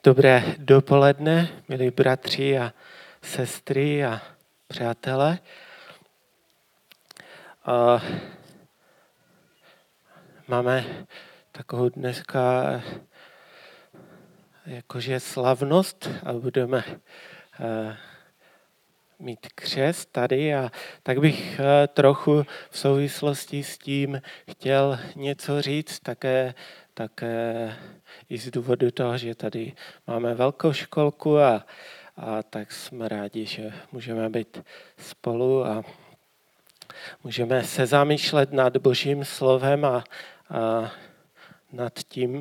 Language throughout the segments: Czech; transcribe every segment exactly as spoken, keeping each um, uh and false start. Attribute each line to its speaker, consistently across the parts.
Speaker 1: Dobré dopoledne, milí bratři a sestry a přátelé. A máme takovou dneska jakože slavnost a budeme mít křest tady, a tak bych trochu v souvislosti s tím chtěl něco říct, také, také i z důvodu toho, že tady máme velkou školku a, a tak jsme rádi, že můžeme být spolu a můžeme se zamýšlet nad Božím slovem a, a nad tím,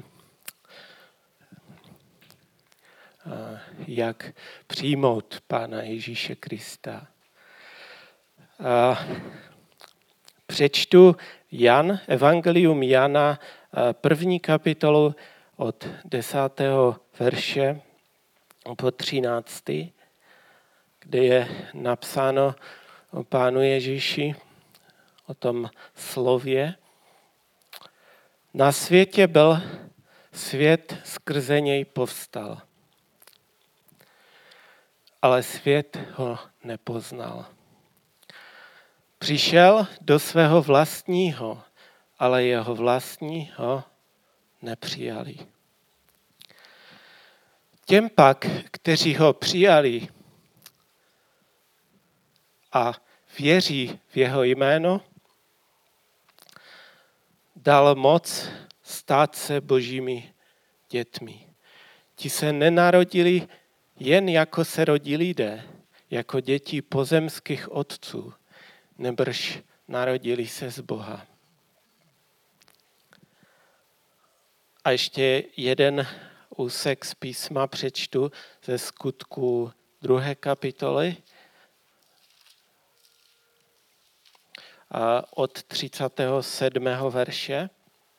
Speaker 1: jak přijmout Pána Ježíše Krista. A přečtu Jan, Evangelium Jana, první kapitolu od desátého verše po třináctý, kde je napsáno o Pánu Ježíši, o tom slově. Na světě byl, svět skrze něj povstal, ale svět ho nepoznal. Přišel do svého vlastního, ale jeho vlastní ho nepřijali. Těm pak, kteří ho přijali a věří v jeho jméno, dal moc stát se Božími dětmi. Ti se nenarodili jen jako se rodí lidé, jako děti pozemských otců, nebrž narodili se z Boha. A ještě jeden úsek z písma přečtu ze Skutků druhé kapitoly a od třicátého sedmého verše.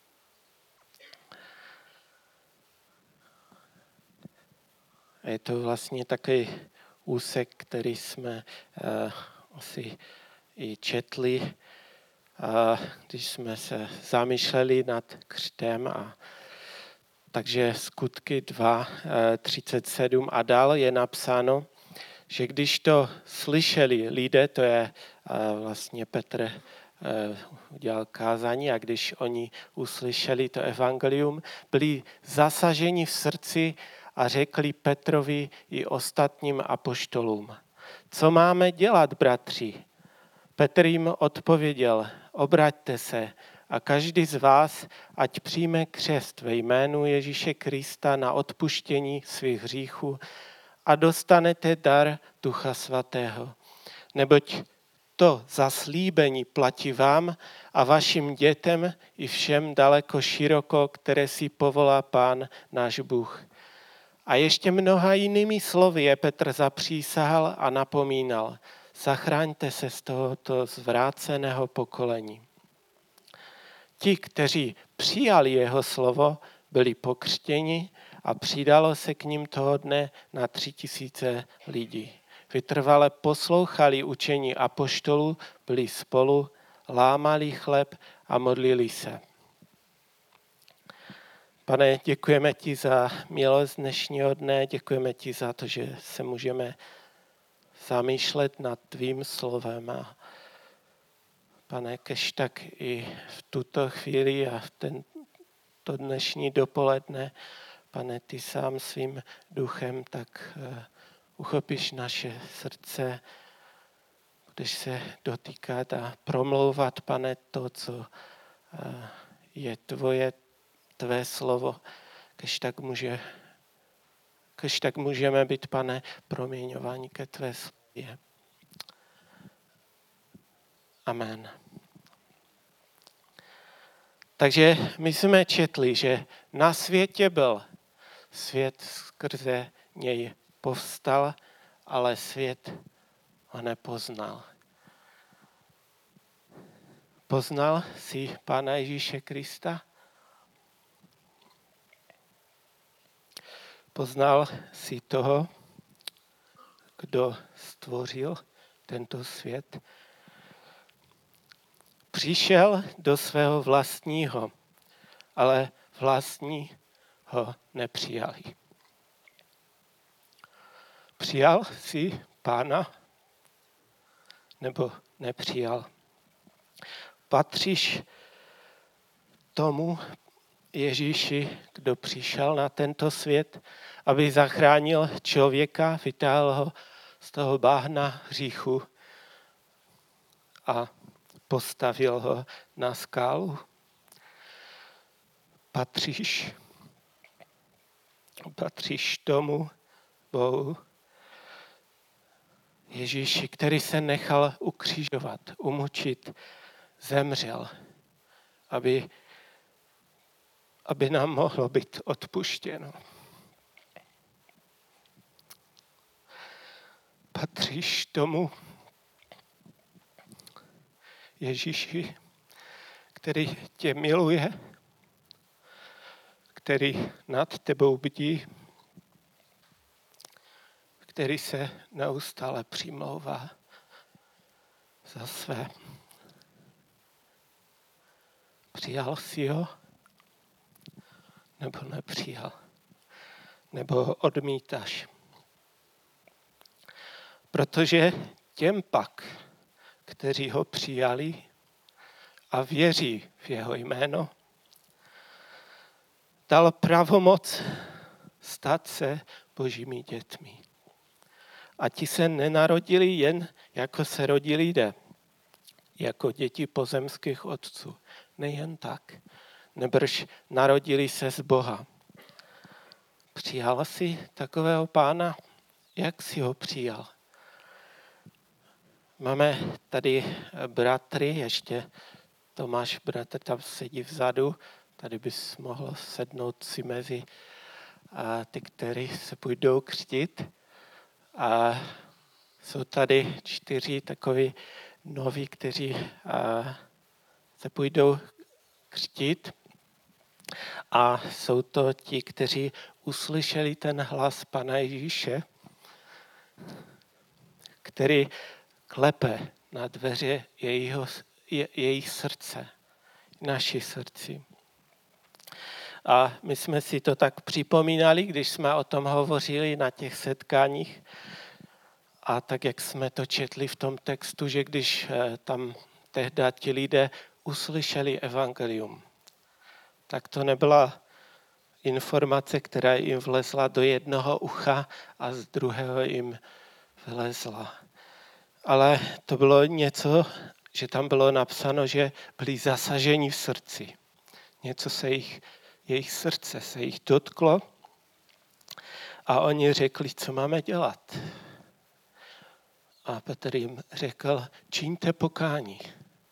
Speaker 1: Je to vlastně takový úsek, který jsme uh, asi i četli, uh, když jsme se zamýšleli nad křtem. A takže Skutky dva, třicet sedm a dál je napsáno, že když to slyšeli lidé, to je uh, vlastně Petr uh, udělal kázání, a když oni uslyšeli to evangelium, byli zasaženi v srdci a řekli Petrovi i ostatním apoštolům: co máme dělat, bratři? Petr jim odpověděl: obraťte se a každý z vás, ať přijme křest ve jménu Ježíše Krista na odpuštění svých hříchů a dostanete dar Ducha Svatého. Neboť to zaslíbení platí vám a vašim dětem i všem daleko široko, které si povolá Pán náš Bůh. A ještě mnoha jinými slovy je Petr zapřísahal a napomínal: zachraňte se z tohoto zvráceného pokolení. Ti, kteří přijali jeho slovo, byli pokřtěni a přidalo se k nim toho dne na tři tisíce lidí. Vytrvale poslouchali učení apoštolů, byli spolu, lámali chleb a modlili se. Pane, děkujeme ti za milost dnešního dne, děkujeme ti za to, že se můžeme zamýšlet nad tvým slovem. A Pane, kež tak i v tuto chvíli a v tento dnešní dopoledne, Pane, ty sám svým duchem tak uchopíš naše srdce, budeš se dotýkat a promlouvat, Pane, to, co je tvoje, tvé slovo, kež tak, může, kež tak můžeme být, Pane, proměňováni ke tvé slově. Amen. Takže my jsme četli, že na světě byl, svět skrze něj povstal, ale svět ho nepoznal. Poznal jsi Pána Ježíše Krista? Poznal jsi toho, kdo stvořil tento svět? Přišel do svého vlastního, ale vlastní ho nepřijali. Přijal jsi Pána nebo nepřijal? Patříš tomu Ježíši, kdo přišel na tento svět, aby zachránil člověka, vytáhl ho z toho bahna hříchu a postavil ho na skálu? Patříš, patříš tomu Bohu, Ježíši, který se nechal ukřižovat, umučit, zemřel, aby, aby nám mohlo být odpuštěno. Patříš tomu Ježíši, který tě miluje, který nad tebou bdí, který se neustále přimlouvá za své. Přijal jsi ho? Nebo nepřijal? Nebo ho odmítáš? Protože těm pak, kteří ho přijali a věří v jeho jméno, dal pravomoc stát se Božími dětmi. A ti se nenarodili jen, jako se rodí lidé, jako děti pozemských otců. Nejen tak, nebrž narodili se z Boha. Přijal jsi takového Pána? Jak jsi ho přijal? Máme tady bratry, ještě Tomáš, bratr, tam sedí vzadu, tady bys mohl sednout si mezi a ty, kteří se půjdou křtít. A jsou tady čtyři takoví noví, kteří se půjdou křtít. A jsou to ti, kteří uslyšeli ten hlas Pana Ježíše, který klepe na dveře jejího, je, jejich srdce, naši srdci. A my jsme si to tak připomínali, když jsme o tom hovořili na těch setkáních. A tak, jak jsme to četli v tom textu, že když tam tehdy ti lidé uslyšeli evangelium, tak to nebyla informace, která jim vlezla do jednoho ucha a z druhého jim vlezla. Ale to bylo něco, že tam bylo napsáno, že byli zasaženi v srdci. Něco se jich, jejich srdce se jich dotklo a oni řekli, co máme dělat. A Petr jim řekl, čiňte pokání.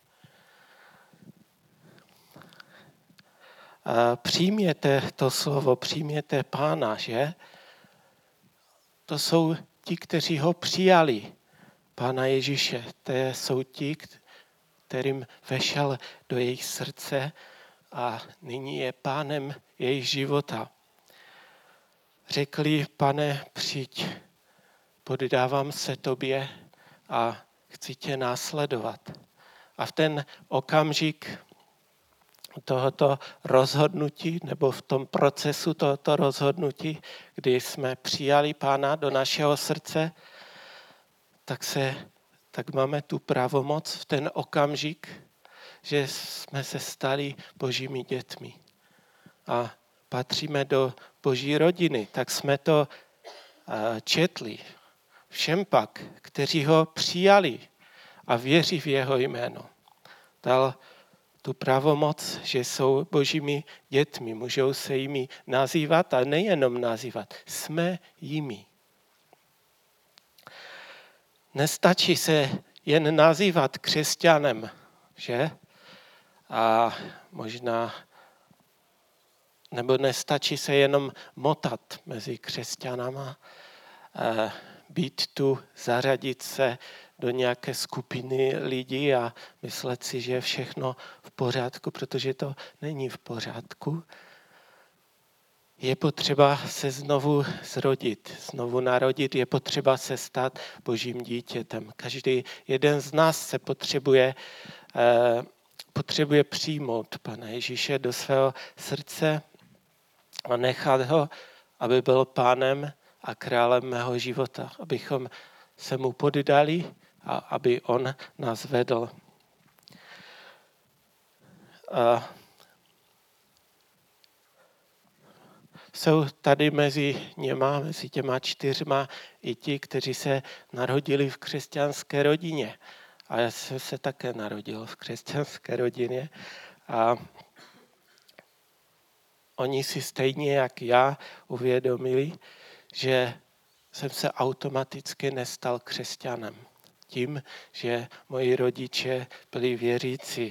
Speaker 1: A přijměte to slovo, přijměte Pána, že? To jsou ti, kteří ho přijali, Pána Ježíše. To jsou ti, kterým vešel do jejich srdce a nyní je Pánem jejich života. Řekli, Pane, přijď, poddávám se tobě a chci tě následovat. A v ten okamžik tohoto rozhodnutí, nebo v tom procesu tohoto rozhodnutí, kdy jsme přijali Pána do našeho srdce, tak, se, tak máme tu pravomoc v ten okamžik, že jsme se stali Božími dětmi a patříme do Boží rodiny. Tak jsme to četli. Všem pak, kteří ho přijali a věří v jeho jméno, dal tu pravomoc, že jsou Božími dětmi. Můžou se jimi nazývat a nejenom nazývat. Jsme jimi. Nestačí se jen nazývat křesťanem, že? A možná, nebo nestačí se jenom motat mezi křesťanama, být tu, zařadit se do nějaké skupiny lidí a myslet si, že je všechno v pořádku, protože to není v pořádku. Je potřeba se znovu zrodit, znovu narodit, je potřeba se stát Božím dítětem. Každý jeden z nás se potřebuje, eh, potřebuje přijmout Pana Ježíše do svého srdce a nechat ho, aby byl Pánem a králem mého života, abychom se mu poddali a aby on nás vedl. A jsou tady mezi něma, mezi těma čtyřma i ti, kteří se narodili v křesťanské rodině. A já jsem se také narodil v křesťanské rodině. A oni si stejně jak já uvědomili, že jsem se automaticky nestal křesťanem. Tím, že moji rodiče byli věřící.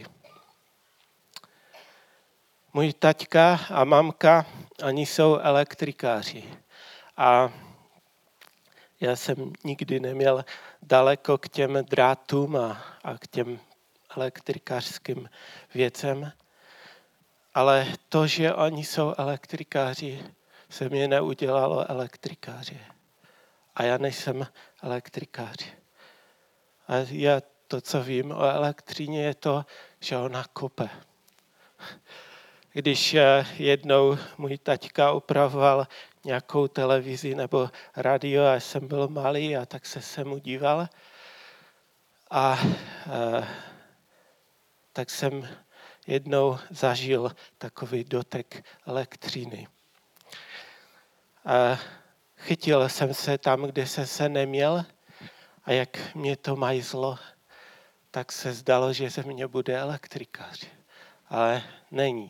Speaker 1: Můj taťka a mamka, oni jsou elektrikáři. A já jsem nikdy neměl daleko k těm drátům a, a k těm elektrikářským věcem. Ale to, že oni jsou elektrikáři, se mě neudělalo elektrikáře. A já nejsem elektrikář. A já to, co vím o elektřině, je to, že ona kope. Když jednou můj taťka opravoval nějakou televizi nebo radio a jsem byl malý a tak se se mu díval. A, a tak jsem jednou zažil takový dotek elektřiny. A chytil jsem se tam, kde jsem se neměl a jak mě to majzlo, tak se zdalo, že ze mě bude elektrikář. Ale není.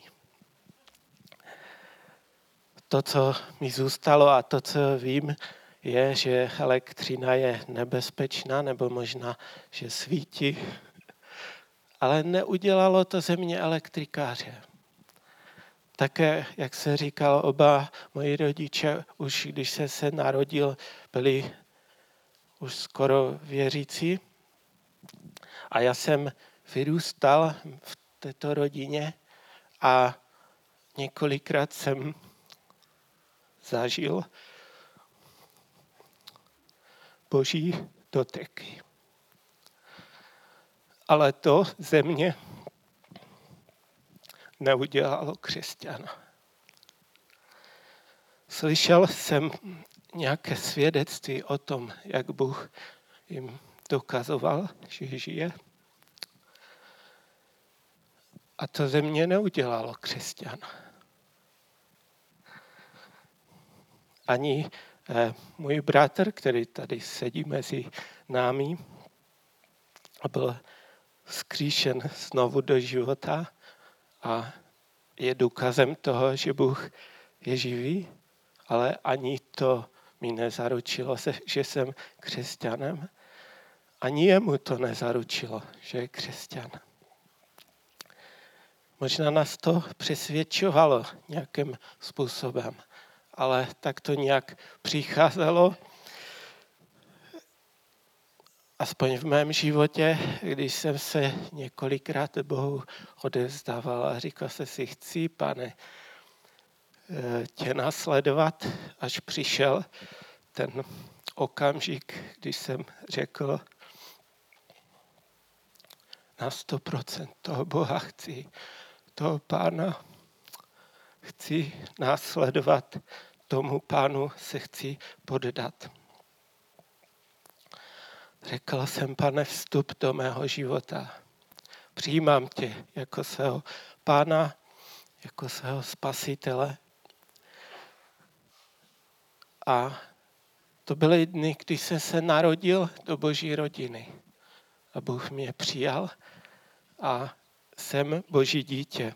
Speaker 1: To, co mi zůstalo a to, co vím, je, že elektřina je nebezpečná, nebo možná, že svítí. Ale neudělalo to ze mě elektrikáře. Také, jak se říkal, oba moji rodiče, už když jsem se narodil, byli už skoro věřící. A já jsem vyrůstal v této rodině a několikrát jsem zažil Boží doteky. Ale to ze mě neudělalo křesťana. Slyšel jsem nějaké svědectví o tom, jak Bůh jim dokazoval, že žije. A to ze mě neudělalo křesťana. Ani eh, můj bratr, který tady sedí mezi námi, byl vzkříšen znovu do života a je důkazem toho, že Bůh je živý, ale ani to mi nezaručilo, že jsem křesťanem. Ani jemu to nezaručilo, že je křesťan. Možná nás to přesvědčovalo nějakým způsobem, ale tak to nějak přicházelo. Aspoň v mém životě, když jsem se několikrát Bohu odevzdával a říkal jsem si, chci, Pane, tě následovat, až přišel ten okamžik, když jsem řekl, na sto procent toho Boha chci, toho Pána chci následovat, tomu Pánu se chci poddat. Řekl jsem, Pane, vstup do mého života. Přijímám tě jako svého Pána, jako svého Spasitele. A to byly dny, kdy jsem se narodil do Boží rodiny. A Bůh mě přijal a jsem Boží dítě.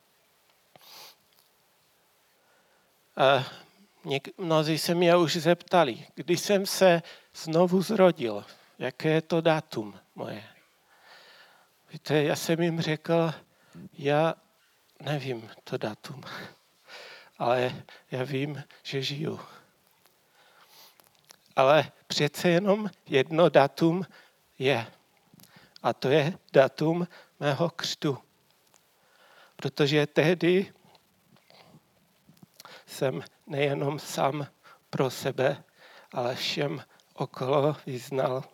Speaker 1: A něk- mnozí se mě už zeptali, kdy jsem se znovu zrodil, jaké je to datum moje. Víte, já jsem jim řekl, já nevím to datum, ale já vím, že žiju. Ale přece jenom jedno datum je. A to je datum mého křtu. Protože tehdy jsem nejenom sám pro sebe, ale všem okolo vyznal.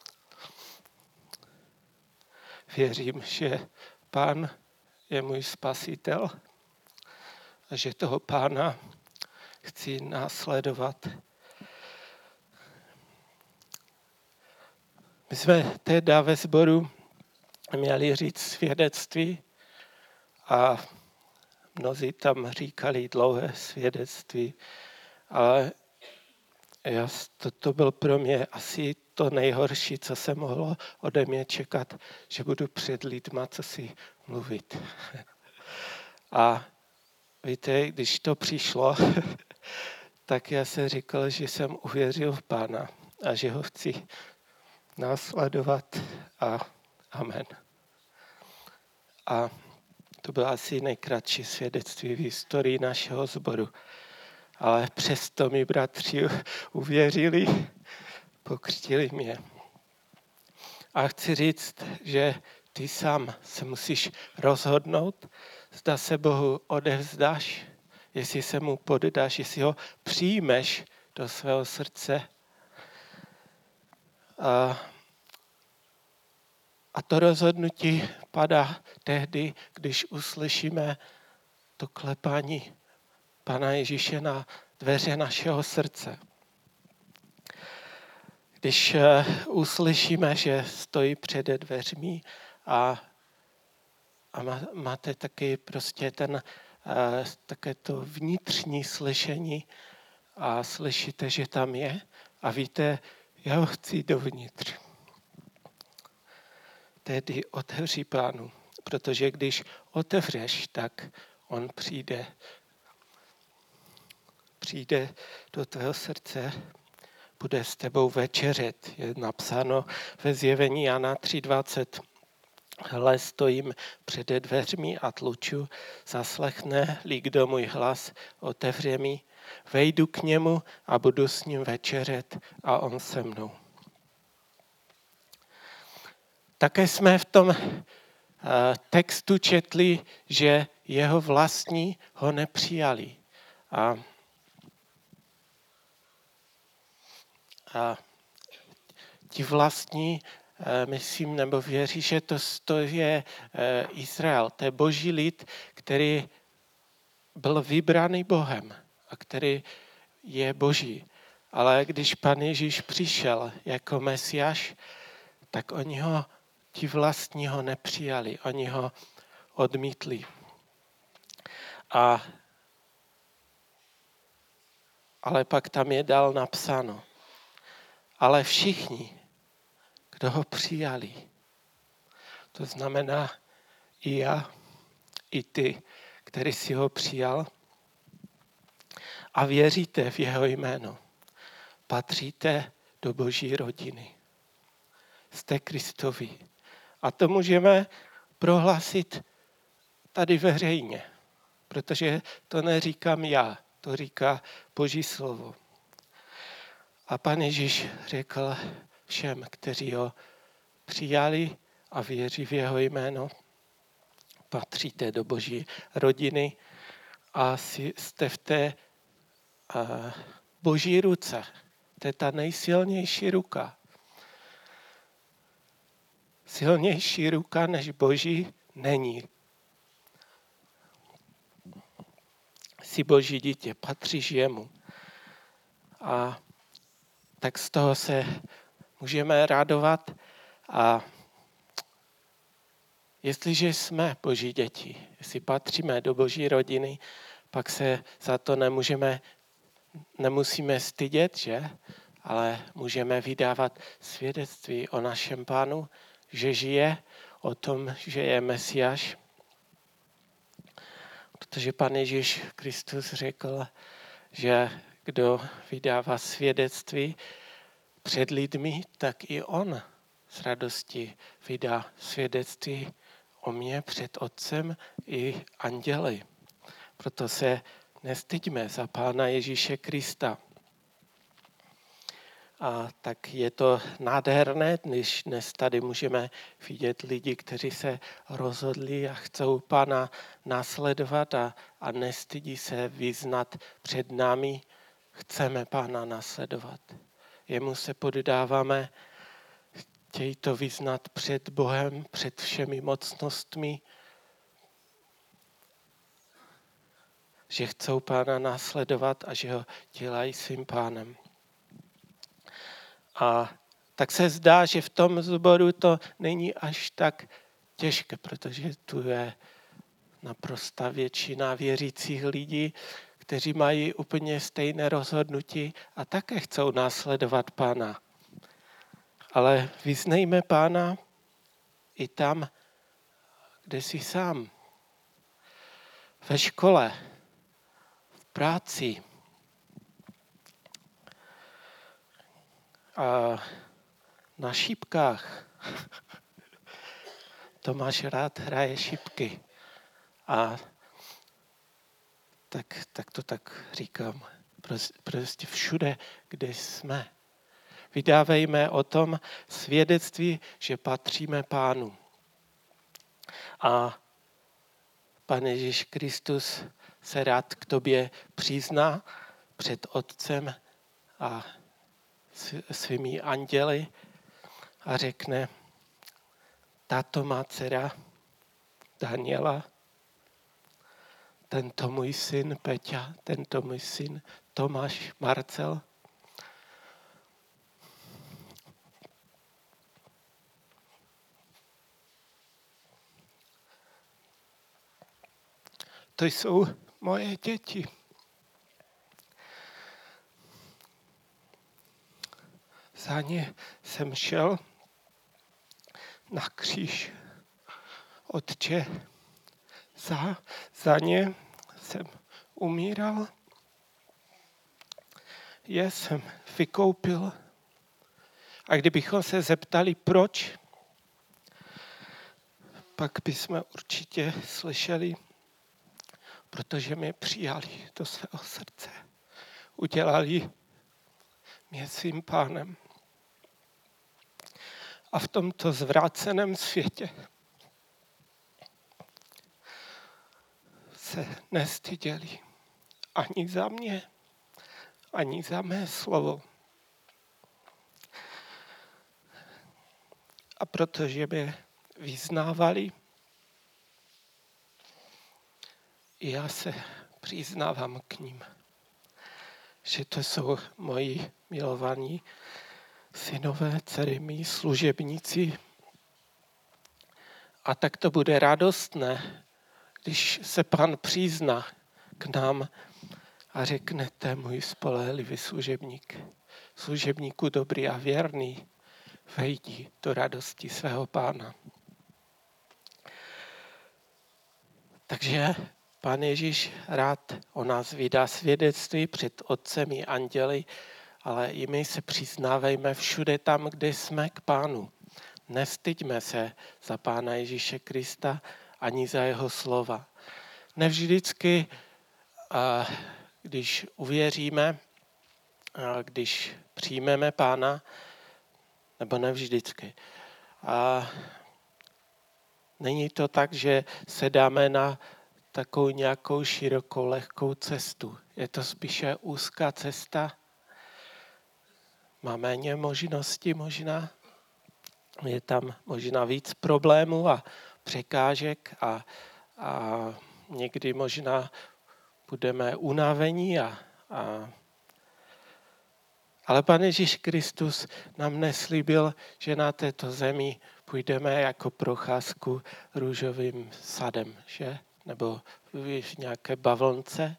Speaker 1: Věřím, že Pán je můj spasitel a že toho Pána chci následovat My jsme teda ve sboru měli říct svědectví a mnozí tam říkali dlouhé svědectví, ale já, to, to byl pro mě asi to nejhorší, co se mohlo ode mě čekat, že budu před lidma co si mluvit. A víte, když to přišlo, tak já jsem říkal, že jsem uvěřil v Pána a že ho chci následovat a amen. A to bylo asi nejkratší svědectví v historii našeho sboru. Ale přesto mi bratři uvěřili, pokřtili mě. A chci říct, že ty sám se musíš rozhodnout, zda se Bohu odevzdáš, jestli se mu poddáš, jestli ho přijmeš do svého srdce. A, a to rozhodnutí padá tehdy, když uslyšíme to klepání Pana Ježíše na dveře našeho srdce. Když uslyšíme, že stojí před dveřmi a, a máte taky prostě ten, také to vnitřní slyšení a slyšíte, že tam je a víte, já ho chci dovnitř. Tedy otevři Pánu, protože když otevřeš, tak on přijde. Přijde do tvého srdce, bude s tebou večeřet. Je napsáno ve Zjevení Jana tři dvacet. Hle, stojím před dveřmi a tluču, zaslechne-li kdo můj hlas, otevře mi, vejdu k němu a budu s ním večeřet a on se mnou. Také jsme v tom textu četli, že jeho vlastní ho nepřijali. A A ti vlastní, myslím, nebo věří, že to, to je Izrael, to je boží lid, který byl vybraný Bohem a který je boží. Ale když Pan Ježíš přišel jako Mesiáš, tak oni ho, ti vlastní ho nepřijali, oni ho odmítli. A, ale pak tam je dál napsáno. Ale všichni, kdo ho přijali, to znamená i já, i ty, který si ho přijal a věříte v jeho jméno, patříte do boží rodiny. Jste Kristovi. A to můžeme prohlásit tady veřejně, protože to neříkám já, to říká Boží slovo. A Pan Ježíš řekl všem, kteří ho přijali a věří v jeho jméno, patříte do boží rodiny a jste v té uh, boží ruce. To je ta nejsilnější ruka. Silnější ruka než boží není. Jsi boží dítě, patříš jemu. A tak z toho se můžeme radovat a jestliže jsme boží děti, jestli patříme do boží rodiny, pak se za to nemůžeme, nemusíme stydět, že? Ale můžeme vydávat svědectví o našem Pánu, že žije, o tom, že je Mesiáš. Protože Pan Ježíš Kristus řekl, že kdo vydává svědectví před lidmi, tak i on s radostí vydá svědectví o mě před Otcem i anděli. Proto se nestyďme za Pána Ježíše Krista. A tak je to nádherné, když dnes tady můžeme vidět lidi, kteří se rozhodli a chcou Pána následovat a, a nestydí se vyznat před námi. Chceme Pána následovat. Jemu se poddáváme, chtějí to vyznat před Bohem, před všemi mocnostmi, že chcou Pána následovat a že ho dělají svým Pánem. A tak se zdá, že v tom sboru to není až tak těžké, protože tu je naprosta většina věřících lidí, kteří mají úplně stejné rozhodnutí a také chcou následovat Pána. Ale vyznejme Pána i tam, kde jsi sám. Ve škole, v práci. A na šipkách. Tomáš rád hraje šipky. A tak, tak to tak říkám. Prostě všude, kde jsme. Vydávejme o tom svědectví, že patříme Pánu. A Pán Ježíš Kristus se rád k tobě přizná před Otcem a svými anděli a řekne, tato má dcera Daniela, tento můj syn Peťa, tento můj syn Tomáš Marcel. To jsou moje děti. Za ně jsem šel na kříž. Otče, za, za ně jsem umíral. Je jsem vykoupil. A kdybychom se zeptali, proč, pak bychom určitě slyšeli, protože mě přijali do svého srdce. Udělali mě svým Pánem. A v tomto zvráceném světě se nestyděli ani za mě, ani za mé slovo. A protože mě vyznávali, já se přiznávám k ním, že to jsou moji milovaní synové, dcery, mý služebníci. A tak to bude radostné, když se Pán přizná k nám a řeknete, můj spolehlivý služebník, služebníku dobrý a věrný, vejdi do radosti svého Pána. Takže Pán Ježíš rád o nás vydá svědectví před Otcem i anděli, ale i my se přiznávejme všude tam, kde jsme k Pánu. Nestyďme se za Pána Ježíše Krista ani za jeho slova. Nevždycky, když uvěříme, když přijmeme Pána, nebo nevždycky. A není to tak, že se dáme na takovou nějakou širokou, lehkou cestu. Je to spíše úzká cesta. Má méně možností možná. Je tam možná víc problémů a překážek a, a někdy možná budeme unavení. A, a... Ale Pán Ježíš Kristus nám neslíbil, že na této zemi půjdeme jako procházku růžovým sadem, že? Nebo v nějaké bavlnce.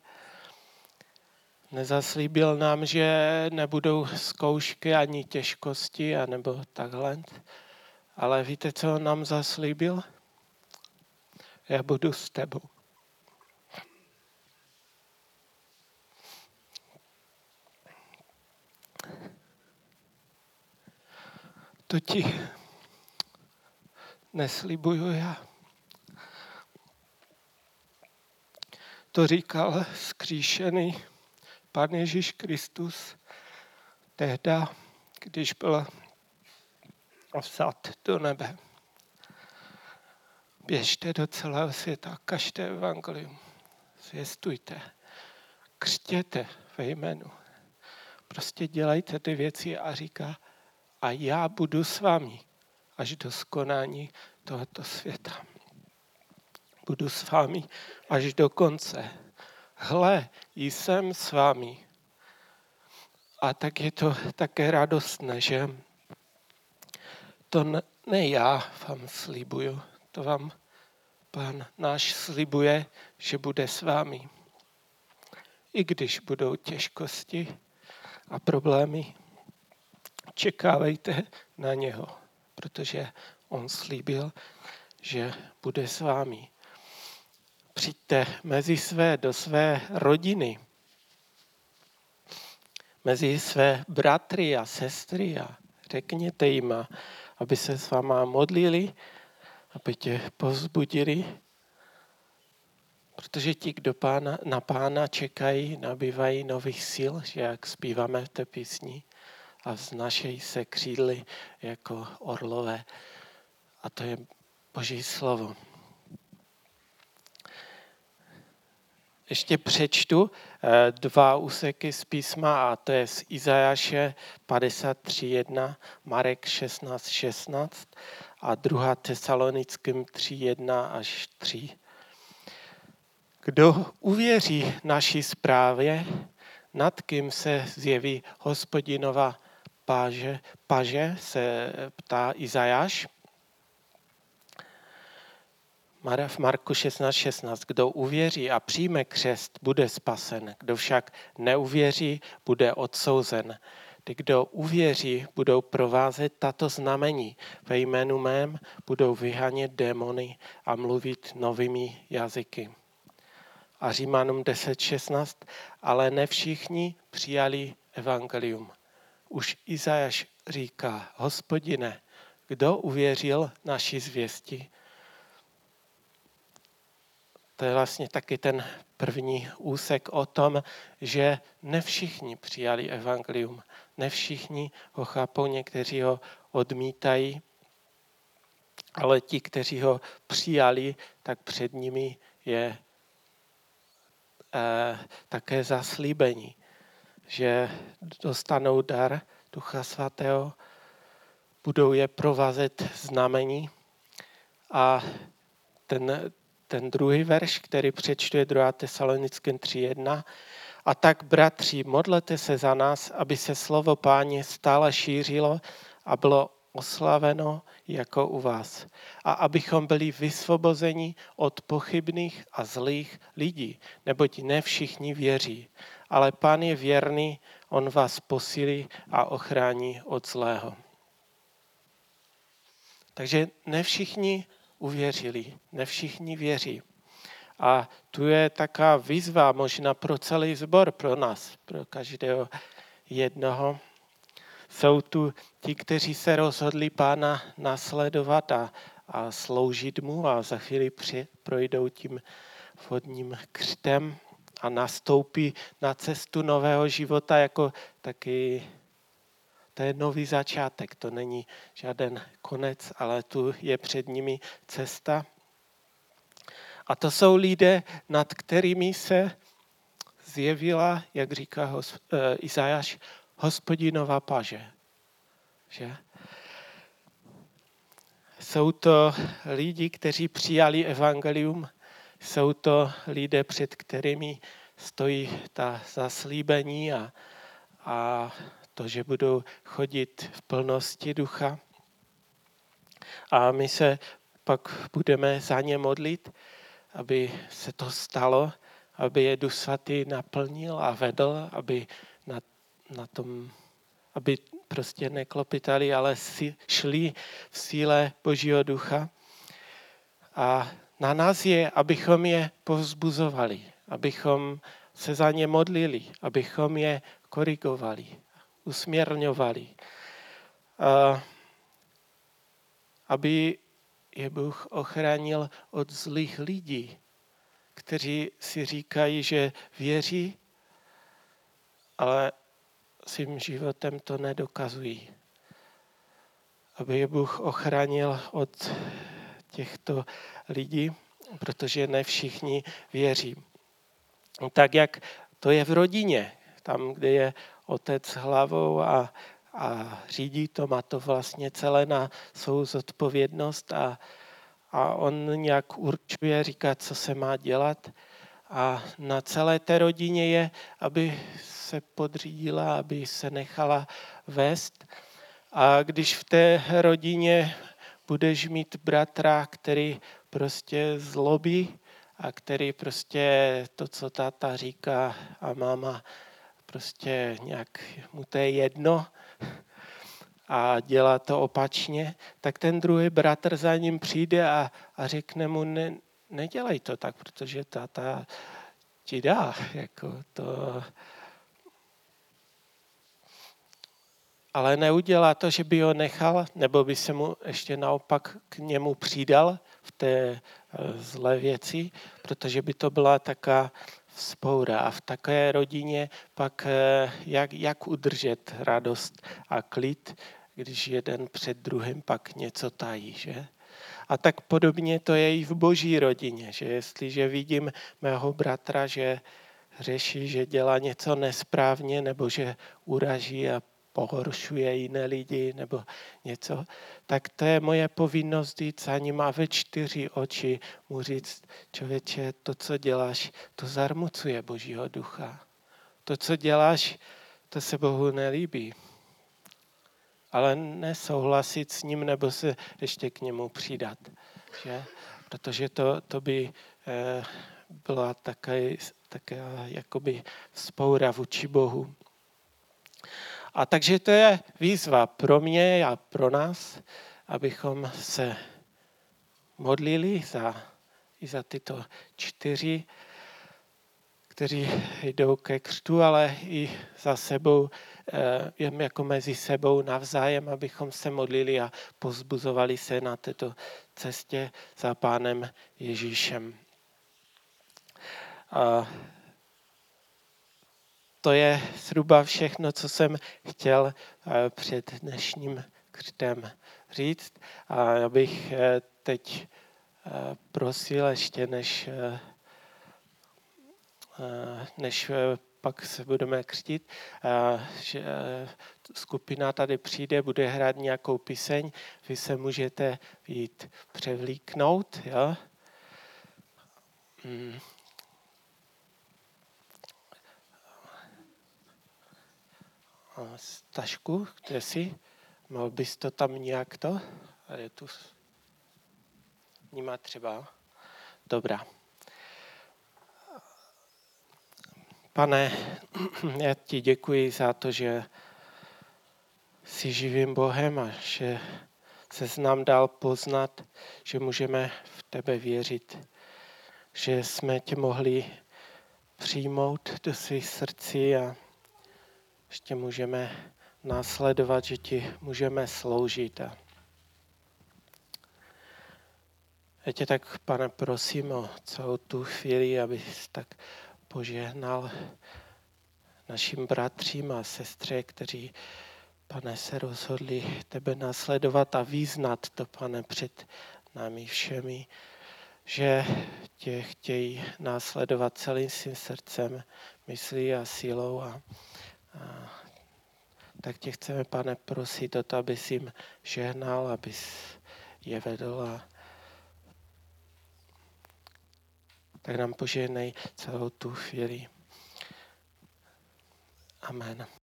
Speaker 1: Nezaslíbil nám, že nebudou zkoušky ani těžkosti, anebo takhle. Ale víte, co on nám zaslíbil? Já budu s tebou. To ti neslibuju já. To říkal vzkříšený Pán Ježíš Kristus tehda, když byl vzat do nebe. Běžte do celého světa, kažte evangelium, zvěstujte, křtěte ve jménu. Prostě dělejte ty věci a říká, a já budu s vámi až do skonání tohoto světa. Budu s vámi až do konce. Hle, jsem s vámi. A tak je to také radostné, že to ne, ne já vám slibuju, to vám Pán náš slibuje, že bude s vámi. I když budou těžkosti a problémy, čekávejte na něho, protože on slíbil, že bude s vámi. Přijďte mezi své, do své rodiny, mezi své bratry a sestry a řekněte jim, aby se s váma modlili, aby tě povzbudili, protože ti, kdo pána, na Pána čekají, nabývají nových sil, že jak zpíváme v té písni, a vznašejí se křídly jako orlové. A to je Boží slovo. Ještě přečtu dva úseky z písma, a to je z Izajáše padesát tři jedna, Marek šestnáct šestnáct a druhá Tesalonickým tři jedna až tři. Kdo uvěří naší zprávě, nad kým se zjeví Hospodinova páže, paže, se ptá Izajáš. V Marku šestnáct šestnáct. Kdo uvěří a přijme křest, bude spasen. Kdo však neuvěří, bude odsouzen. Ty, kdo uvěří, budou provázet tato znamení. Ve jménu mém budou vyhánět démony a mluvit novými jazyky. A Římanům deset šestnáct. Ale ne všichni přijali evangelium. Už Izajáš říká, Hospodine, kdo uvěřil naší zvěsti? To je vlastně taky ten první úsek o tom, že ne všichni přijali evangelium. Ne všichni ho chápou, někteří ho odmítají, ale ti, kteří ho přijali, tak před nimi je eh, také zaslíbení, že dostanou dar Ducha Svatého, budou je provázet znamení. A ten Ten druhý verš, který přečtu, je druhá Tesalonickým tři jedna. A tak, bratři, modlete se za nás, aby se slovo Páně stále šířilo a bylo oslaveno jako u vás. A abychom byli vysvobozeni od pochybných a zlých lidí, neboť ne všichni věří. Ale Pán je věrný, on vás posílí a ochrání od zlého. Takže ne všichni uvěřili, ne všichni věří. A tu je taká výzva možná pro celý sbor, pro nás, pro každého jednoho. Jsou tu ti, kteří se rozhodli Pána následovat a, a sloužit mu a za chvíli při, projdou tím vodním křtem a nastoupí na cestu nového života jako taky. To je nový začátek, to není žádný konec, ale tu je před nimi cesta. A to jsou lidé, nad kterými se zjevila, jak říká hos, e, Izajáš, Hospodinova paže. Že? Jsou to lidi, kteří přijali evangelium, jsou to lidé, před kterými stojí ta zaslíbení a, a to, že budou chodit v plnosti ducha. A my se pak budeme za ně modlit, aby se to stalo, aby je Duch Svatý naplnil a vedl, aby na, na tom, aby prostě neklopitali, ale si, šli v síle Božího ducha. A na nás je, abychom je povzbuzovali, abychom se za ně modlili, abychom je korigovali, usměrňovali, a aby je Bůh ochránil od zlých lidí, kteří si říkají, že věří, ale svým životem to nedokazují. Aby je Bůh ochránil od těchto lidí, protože ne všichni věří. Tak jak to je v rodině, tam, kde je otec hlavou a, a řídí to, má to vlastně celé na svou zodpovědnost a, a on nějak určuje, říká, co se má dělat. A na celé té rodině je, aby se podřídila, aby se nechala vést. A když v té rodině budeš mít bratra, který prostě zlobí a který prostě to, co táta říká a máma, prostě nějak mu to je jedno a dělá to opačně, tak ten druhý bratr za ním přijde a, a řekne mu, ne, nedělej to tak, protože táta ti dá. Jako to. Ale neudělá to, že by ho nechal, nebo by se mu ještě naopak k němu přidal v té zlé věci, protože by to byla taká vzpoura. A v také rodině pak jak, jak udržet radost a klid, když jeden před druhým pak něco tají, že? A tak podobně to je i v boží rodině, že jestliže vidím mého bratra, že řeší, že dělá něco nesprávně, nebo že uraží a pohoršuje jiné lidi nebo něco, tak to je moje povinnost jít za ním a ve čtyři oči mu říct, člověče, to, co děláš, to zarmucuje Božího ducha. To, co děláš, to se Bohu nelíbí. Ale nesouhlasit s ním nebo se ještě k němu přidat. Že? Protože to, to by eh, byla také, také jakoby vzpoura vůči Bohu. A takže to je výzva pro mě a pro nás, abychom se modlili za, i za tyto čtyři, kteří jdou ke křtu, ale i za sebou, jen jako mezi sebou navzájem, abychom se modlili a povzbuzovali se na této cestě za Pánem Ježíšem. A to je zhruba všechno, co jsem chtěl před dnešním křtem říct. A já bych teď prosil ještě, než, než pak se budeme křtít, že skupina tady přijde, bude hrát nějakou píseň, vy se můžete jít převlíknout. Jo? Hmm. Stašku, kde jsi? Mohl bys to tam nějak to? A je tu. Nemá třeba. Dobrá. Pane, já ti děkuji za to, že jsi živým Bohem a že ses nám dal poznat, že můžeme v tebe věřit, že jsme tě mohli přijmout do svých srdcí a ještě můžeme následovat, že ti můžeme sloužit. A já tě tak, Pane, prosím o celou tu chvíli, abys tak požehnal našim bratřím a sestře, kteří, Pane, se rozhodli tebe následovat a vyznat to, Pane, před námi všemi, že tě chtějí následovat celým svým srdcem, myslí a sílou. A, a tak tě chceme, Pane, prosit o to, abys jim žehnal, abys je vedl a tak nám požehnej celou tu chvíli. Amen.